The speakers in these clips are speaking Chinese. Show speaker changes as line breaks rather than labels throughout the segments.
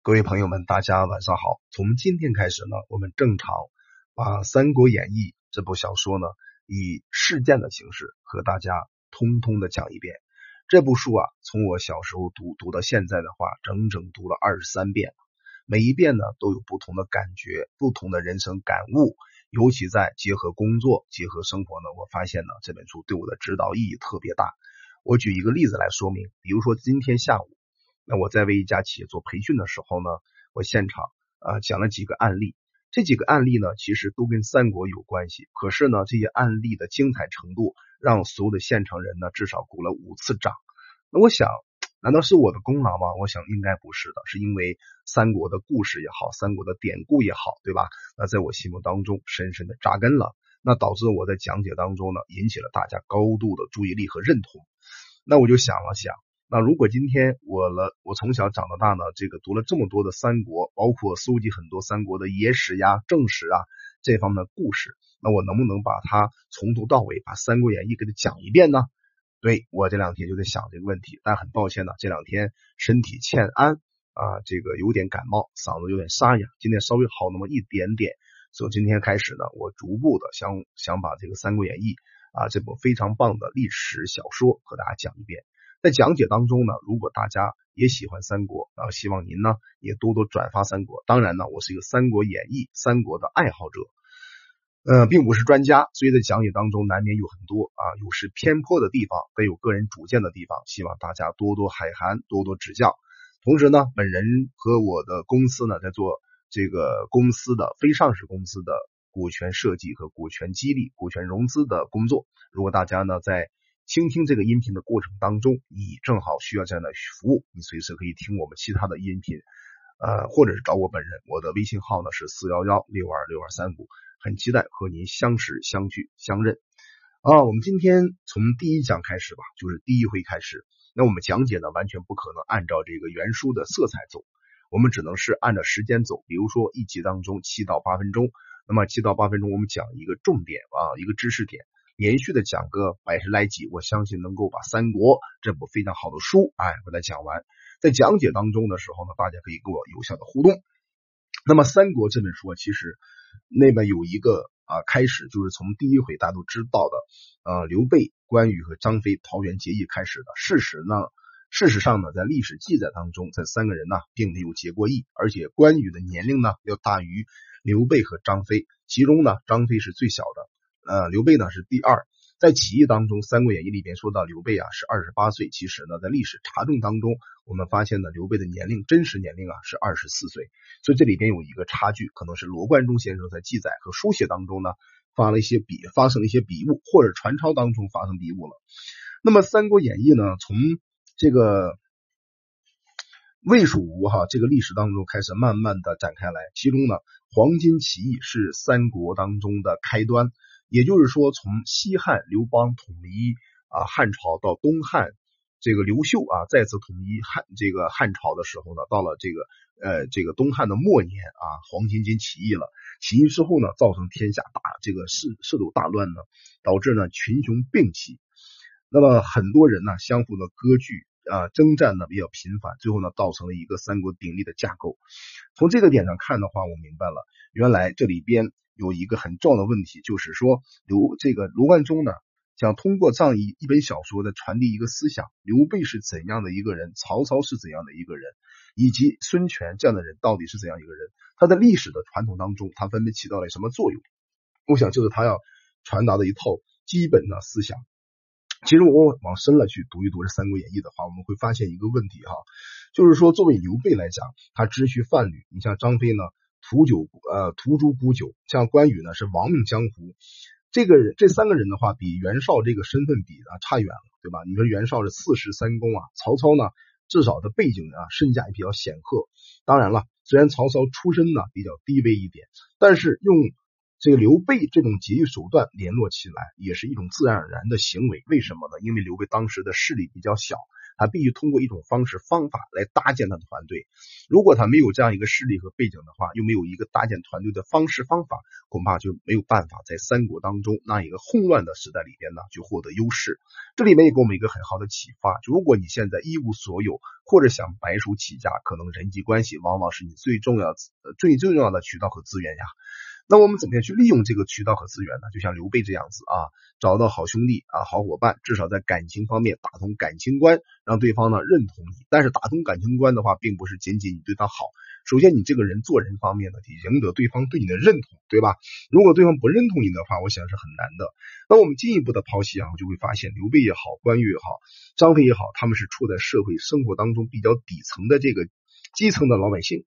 各位朋友们，大家晚上好。从今天开始呢，我们正常把《三国演义》这部小说呢，以事件的形式和大家通通的讲一遍。这部书啊，从我小时候读到现在的话，整整读了23遍。每一遍呢，都有不同的感觉，不同的人生感悟。尤其在结合工作、结合生活呢，我发现呢，这本书对我的指导意义特别大。我举一个例子来说明，比如说今天下午，那我在为一家企业做培训的时候呢，我现场讲了几个案例。这几个案例呢，其实都跟三国有关系，可是呢，这些案例的精彩程度让所有的现场人呢至少鼓了5次掌。那我想，难道是我的功劳吗？我想应该不是的，是因为三国的故事也好，三国的典故也好，对吧？那在我心目当中深深的扎根了，那导致我在讲解当中呢，引起了大家高度的注意力和认同。那我就想了想，那如果今天我从小长到大呢，这个读了这么多的三国，包括搜集很多三国的野史呀、正史啊这方面的故事，那我能不能把它从头到尾把《三国演义》给它讲一遍呢？对，我这两天就在想这个问题，但很抱歉呢，这两天身体欠安这个有点感冒，嗓子有点沙哑，今天稍微好那么一点点，所以今天开始呢，我逐步的想把这个《三国演义》这部非常棒的历史小说和大家讲一遍。在讲解当中呢，如果大家也喜欢三国，希望您呢也多多转发三国。当然呢，我是一个《三国演义》三国的爱好者，并不是专家，所以在讲解当中难免有很多有失偏颇的地方，也有个人主见的地方，希望大家多多海涵，多多指教。同时呢，本人和我的公司呢在做这个公司的非上市公司的股权设计和股权激励、股权融资的工作。如果大家呢在倾听这个音频的过程当中，你正好需要这样的服务，你随时可以听我们其他的音频，或者是找我本人，我的微信号呢是411-626235，很期待和您相识、相聚、相认。我们今天从第一讲开始吧，就是第一回开始。那我们讲解呢，完全不可能按照这个原书的色彩走，我们只能是按照时间走。比如说一集当中7到8分钟，那么7到8分钟我们讲一个重点一个知识点。连续的讲个100来集，我相信能够把三国这部非常好的书把它讲完。在讲解当中的时候呢，大家可以跟我有效的互动。那么三国这本书其实那边有一个开始，就是从第一回大家都知道的刘备、关羽和张飞桃园结义开始的。事实上呢，在历史记载当中，这三个人呢并没有结过义，而且关羽的年龄呢要大于刘备和张飞，其中呢张飞是最小的。刘备呢是第二。在起义当中，《三国演义》里边说到刘备是28岁，其实呢在历史查证当中，我们发现呢刘备的真实年龄是24岁，所以这里边有一个差距，可能是罗贯中先生在记载和书写当中呢发生了一些笔误，或者传抄当中发生笔误了。那么《三国演义》呢，从这个魏蜀吴这个历史当中开始慢慢的展开来，其中呢黄巾起义是三国当中的开端。也就是说，从西汉刘邦统一汉朝到东汉这个刘秀再次统一汉朝的时候呢，到了这个东汉的末年黄巾起义了。起义之后呢，造成天下世斗大乱呢，导致呢群雄并起。那么很多人呢相互的割据征战呢比较频繁，最后呢造成了一个三国鼎立的架构。从这个点上看的话，我明白了，原来这里边有一个很重要的问题，就是说罗贯中呢想通过这样一本小说的传递一个思想，刘备是怎样的一个人，曹操是怎样的一个人，以及孙权这样的人到底是怎样一个人，他在历史的传统当中他分别起到了什么作用。我想就是他要传达的一套基本的思想。其实我往深了去读一读这《三国演义》的话，我们会发现一个问题就是说作为刘备来讲，他只需贩履，你像张飞呢屠诸沽酒，像关羽呢是亡命江湖。这三个人的话，比袁绍这个身份比差远了，对吧？你说袁绍是4世3公曹操呢至少的背景身价也比较显赫。当然了，虽然曹操出身呢比较低微一点，但是用这个刘备这种节义手段联络起来也是一种自然而然的行为。为什么呢？因为刘备当时的势力比较小， 他必须通过一种方法来搭建他的团队。如果他没有这样一个势力和背景的话，又没有一个搭建团队的方法，恐怕就没有办法在三国当中那一个混乱的时代里边呢就获得优势。这里面也给我们一个很好的启发，如果你现在一无所有，或者想白手起家，可能人际关系往往是你最重要的渠道和资源呀。那我们怎么样去利用这个渠道和资源呢？就像刘备这样子啊，找到好兄弟啊、好伙伴，至少在感情方面打通感情关，让对方呢认同你。但是打通感情关的话，并不是仅仅你对他好，首先你这个人做人方面呢，得赢得对方对你的认同，对吧？如果对方不认同你的话，我想是很难的。那我们进一步的剖析啊，就会发现刘备也好，关羽也好，张飞也好，他们是处在社会生活当中比较底层的这个基层的老百姓。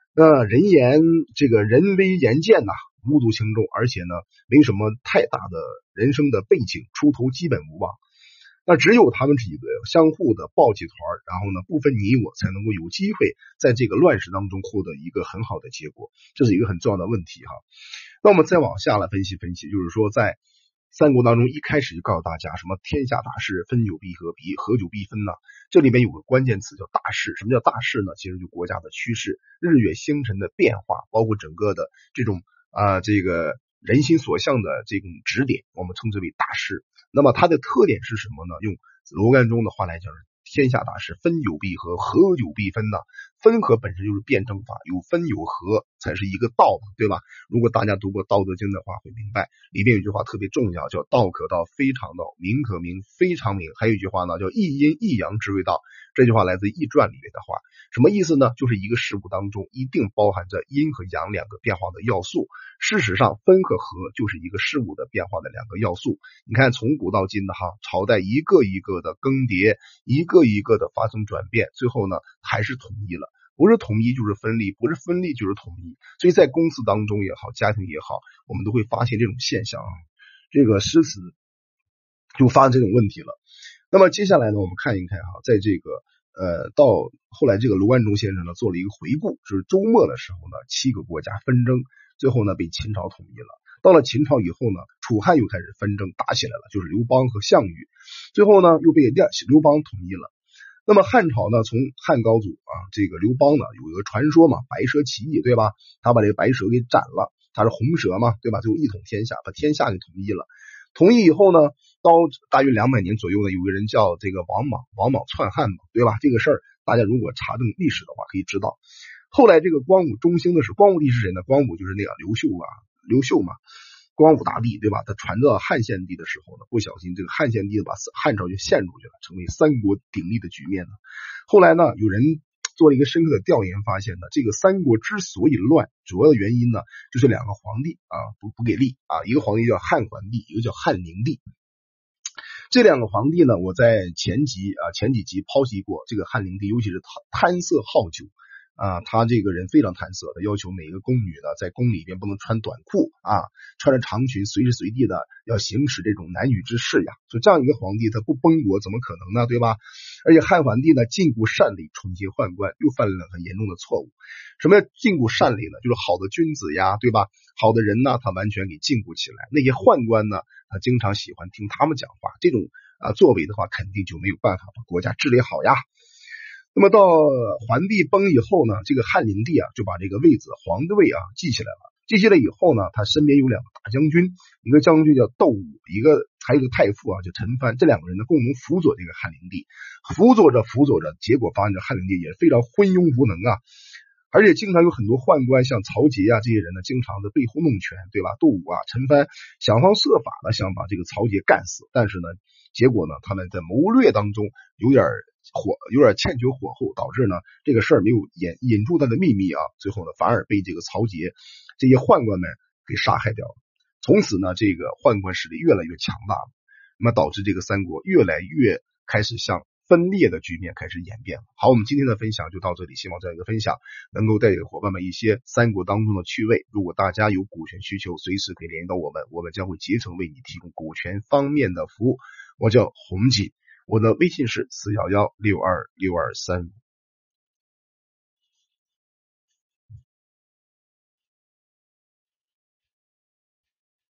人微言见呐，无足轻重，而且呢，没什么太大的人生的背景，出头基本无望。那只有他们几个相互的抱起团，然后呢，不分你我，才能够有机会在这个乱世当中获得一个很好的结果。这是一个很重要的问题哈。那我们再往下来分析，就是说在三国当中一开始就告诉大家什么天下大势，分久必合，合久必分呢？这里面有个关键词叫大势。什么叫大势呢？其实就国家的趋势，日月星辰的变化，包括整个的这种这个人心所向的这种指点，我们称之为大势。那么它的特点是什么呢？用罗贯中的话来讲，天下大势，分久必合，合久必分呢。分合本身就是辩证法，有分有合才是一个道，对吧？如果大家读过《道德经》的话，会明白里面有一句话特别重要，叫道可道，非常道；名可名，非常名。还有一句话呢，叫一阴一阳之谓道。这句话来自《易传》里面的话，什么意思呢？就是一个事物当中一定包含着阴和阳两个变化的要素。事实上，分和合就是一个事物的变化的两个要素。你看，从古到今的朝代一个一个的更迭，一个一个的发生转变，最后呢还是统一了。不是统一就是分立，不是分立就是统一。所以在公司当中也好，家庭也好，我们都会发现这种现象啊。这个诗词就发生这种问题了。那么接下来呢，我们看一看在这个到后来这个罗贯中先生呢做了一个回顾，就是周末的时候呢，7个国家纷争，最后呢被秦朝统一了。到了秦朝以后呢，楚汉又开始纷争打起来了，就是刘邦和项羽，最后呢又被刘邦统一了。那么汉朝呢，从汉高祖这个刘邦呢有一个传说嘛，白蛇起义，对吧？他把这个白蛇给斩了，他是红蛇嘛，对吧？最后一统天下，把天下给统一了。统一以后呢，到大约200年左右呢，有个人叫这个王莽篡汉嘛，对吧？这个事儿大家如果查证历史的话，可以知道。后来这个光武中兴的时候，光武帝是谁呢？光武就是那个刘秀嘛。光武大帝，对吧？他传到汉献帝的时候呢，不小心这个汉献帝把汉朝就陷入去了，成为三国鼎立的局面呢。后来呢，有人做了一个深刻的调研，发现呢，这个三国之所以乱，主要的原因呢，就是2个皇帝不给力一个皇帝叫汉桓帝，一个叫汉灵帝。这2个皇帝呢，我在前几集剖析过，这个汉灵帝尤其是贪色好酒。他这个人非常贪色的，要求每个宫女呢在宫里边不能穿短裤穿着长裙，随时随地的要行使这种男女之事呀。就这样一个皇帝，他不崩国怎么可能呢？对吧？而且汉桓帝呢禁锢善类，宠奸宦官，又犯了很严重的错误。什么叫禁锢善类呢？就是好的君子呀，对吧？好的人呢，他完全给禁锢起来。那些宦官呢，他经常喜欢听他们讲话，这种作为的话，肯定就没有办法把国家治理好呀。那么到桓帝崩以后呢，这个汉灵帝就把这个位子皇帝位记起来了。记起来以后呢，他身边有2个大将军，一个将军叫窦武，还有一个太傅叫陈蕃，这2个人呢共同辅佐这个汉灵帝。辅佐着，结果发现这汉灵帝也非常昏庸无能而且经常有很多宦官，像曹节这些人呢，经常的背后弄权，对吧？窦武陈蕃想方设法的想把这个曹节干死，但是呢，结果呢，他们在谋略当中有点欠缺火候，导致呢这个事儿没有引出他的秘密最后呢反而被这个曹节这些宦官们给杀害掉了。从此呢，这个宦官势力越来越强大了，那么导致这个三国越来越开始向分裂的局面开始演变了。好，我们今天的分享就到这里，希望这样一个分享能够带给伙伴们一些三国当中的趣味。如果大家有股权需求，随时可以联系到我们，我们将会竭诚为你提供股权方面的服务。我叫洪锦，我的微信是411626235。